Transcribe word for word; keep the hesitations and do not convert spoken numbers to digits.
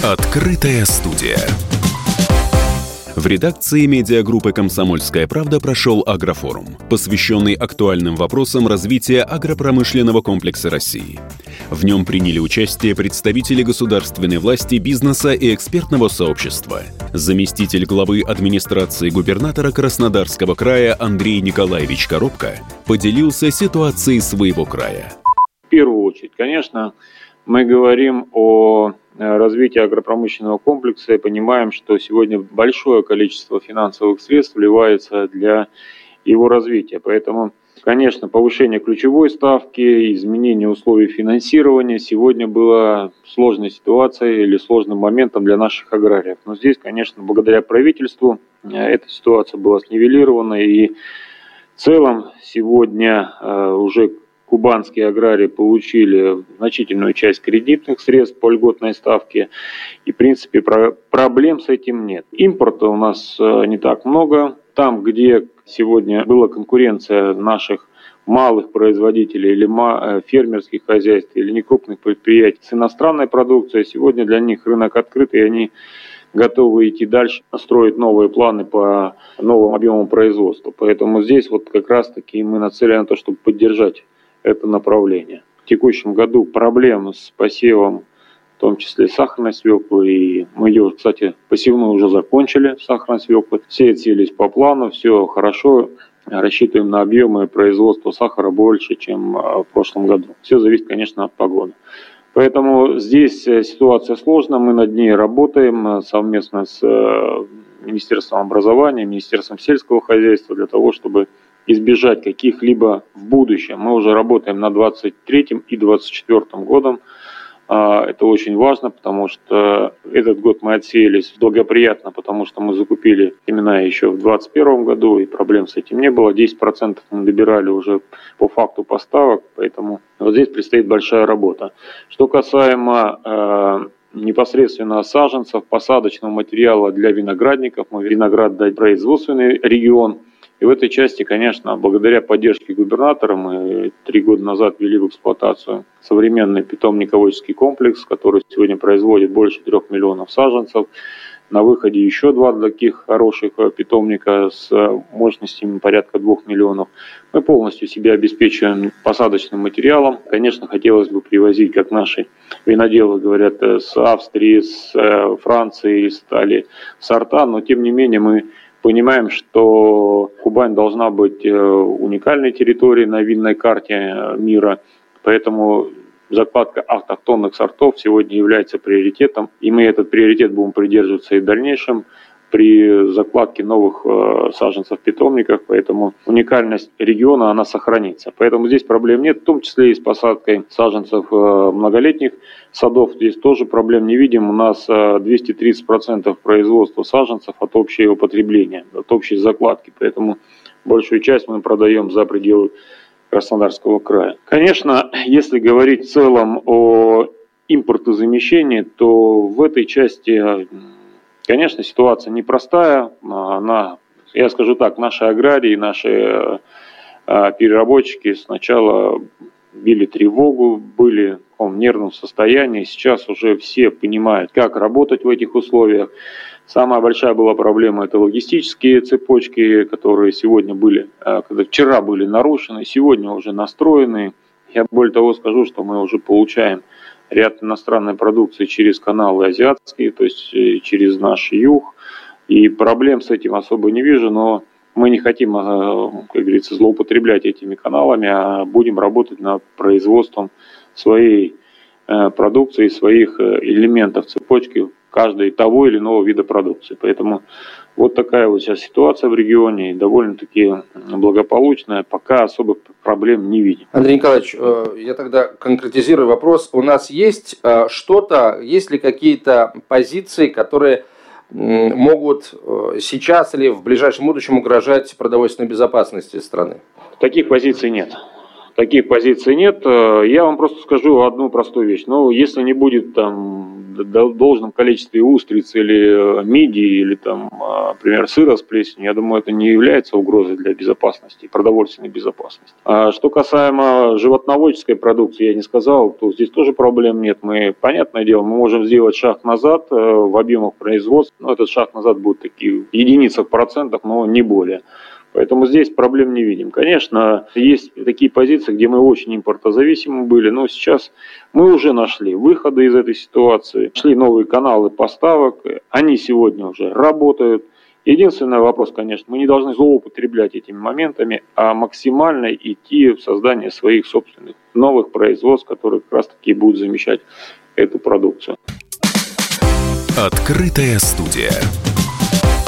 Открытая студия. В редакции медиагруппы «Комсомольская правда» прошел агрофорум, посвященный актуальным вопросам развития агропромышленного комплекса России. В нем приняли участие представители государственной власти, бизнеса и экспертного сообщества. Заместитель главы администрации губернатора Краснодарского края Андрей Николаевич Коробко поделился ситуацией своего края. В первую очередь, конечно, мы говорим о развитии агропромышленного комплекса и понимаем, что сегодня большое количество финансовых средств вливается для его развития. Поэтому, конечно, повышение ключевой ставки, изменение условий финансирования сегодня была сложной ситуацией или сложным моментом для наших аграриев. Но здесь, конечно, благодаря правительству эта ситуация была снивелирована, и в целом сегодня уже кубанские аграрии получили значительную часть кредитных средств по льготной ставке, и, в принципе, про- проблем с этим нет. Импорта у нас не так много. Там, где сегодня была конкуренция наших малых производителей или фермерских хозяйств, или некрупных предприятий с иностранной продукцией, сегодня для них рынок открыт, и они готовы идти дальше, строить новые планы по новым объемам производства. Поэтому здесь вот как раз-таки мы нацелены на то, чтобы поддержать это направление. В текущем году проблем с посевом, в том числе сахарной свеклы, и мы ее, кстати, посевную уже закончили, сахарной свеклы. Все отсеялись по плану, все хорошо, рассчитываем на объемы производства сахара больше, чем в прошлом году. Все зависит, конечно, от погоды. Поэтому здесь ситуация сложная, мы над ней работаем совместно с Министерством образования, Министерством сельского хозяйства для того, чтобы избежать каких-либо в будущем. Мы уже работаем над двадцать третьим и двадцать четвёртым годом. Это очень важно, потому что этот год мы отсеялись благоприятно, потому что мы закупили семена еще в двадцать первом году, и проблем с этим не было. десять процентов мы добирали уже по факту поставок, поэтому вот здесь предстоит большая работа. Что касаемо э, непосредственно саженцев, посадочного материала для виноградников, мы виноград дать производственный регион. И в этой части, конечно, благодаря поддержке губернатора мы три года назад ввели в эксплуатацию современный питомниководческий комплекс, который сегодня производит больше трех миллионов саженцев. На выходе еще два таких хороших питомника с мощностями порядка двух миллионов. Мы полностью себя обеспечиваем посадочным материалом. Конечно, хотелось бы привозить, как наши виноделы говорят, с Австрии, с Франции, стали сорта, но тем не менее мы понимаем, что Кубань должна быть уникальной территорией на винной карте мира, поэтому закладка автохтонных сортов сегодня является приоритетом, и мы этот приоритет будем придерживаться и в дальнейшем при закладке новых саженцев в питомниках, поэтому уникальность региона, она сохранится. Поэтому здесь проблем нет, в том числе и с посадкой саженцев многолетних садов. Здесь тоже проблем не видим. У нас двести тридцать процентов производства саженцев от общего потребления, от общей закладки. Поэтому большую часть мы продаем за пределы Краснодарского края. Конечно, если говорить в целом о импортозамещении, то в этой части, конечно, ситуация непростая. Она, я скажу так, наши аграрии, наши переработчики сначала били тревогу, были в таком нервном состоянии. Сейчас уже все понимают, как работать в этих условиях. Самая большая была проблема — это логистические цепочки, которые сегодня были, когда вчера были нарушены, сегодня уже настроены. Я более того скажу, что мы уже получаем ряд иностранной продукции через каналы азиатские, то есть через наш юг. И проблем с этим особо не вижу, но мы не хотим, как говорится, злоупотреблять этими каналами, а будем работать над производством своей продукции, своих элементов цепочки каждой того или иного вида продукции. Поэтому вот такая вот сейчас ситуация в регионе, довольно-таки благополучная, пока особых проблем не видим. Андрей Николаевич, я тогда конкретизирую вопрос. У нас есть что-то, есть ли какие-то позиции, которые могут сейчас или в ближайшем будущем угрожать продовольственной безопасности страны? Таких позиций нет. Таких позиций нет. Я вам просто скажу одну простую вещь. Ну, если не будет там должном количестве устриц или мидий, или, там, например, сыра с плесенью, я думаю, это не является угрозой для безопасности, продовольственной безопасности. А что касаемо животноводческой продукции, я не сказал, то здесь тоже проблем нет. Мы, понятное дело, мы можем сделать шаг назад в объемах производства, но этот шаг назад будет такие единицы в процентах, но не более. Поэтому здесь проблем не видим. Конечно, есть такие позиции, где мы очень импортозависимы были, но сейчас мы уже нашли выходы из этой ситуации, нашли новые каналы поставок, они сегодня уже работают. Единственный вопрос, конечно, мы не должны злоупотреблять этими моментами, а максимально идти в создание своих собственных новых производств, которые как раз-таки будут замещать эту продукцию. Открытая студия.